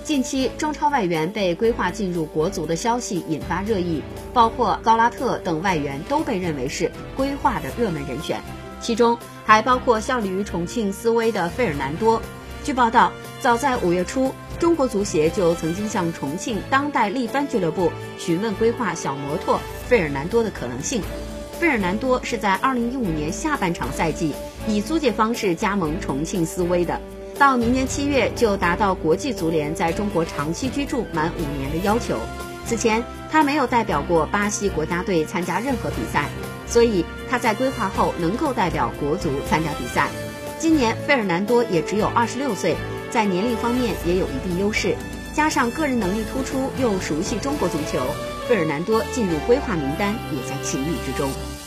近期中超外援被规划进入国足的消息引发热议，包括高拉特等外援都被认为是规划的热门人选，其中还包括效力于重庆斯威的费尔南多。据报道，早在5月初，中国足协就曾经向重庆当代力帆俱乐部询问规划小摩托费尔南多的可能性。费尔南多是在2015年下半场赛季以租借方式加盟重庆斯威的，到明年7月就达到国际足联在中国长期居住满5年的要求。此前他没有代表过巴西国家队参加任何比赛，所以他在规划后能够代表国足参加比赛。今年费尔南多也只有26岁，在年龄方面也有一定优势，加上个人能力突出又熟悉中国足球，费尔南多进入规划名单也在情理之中。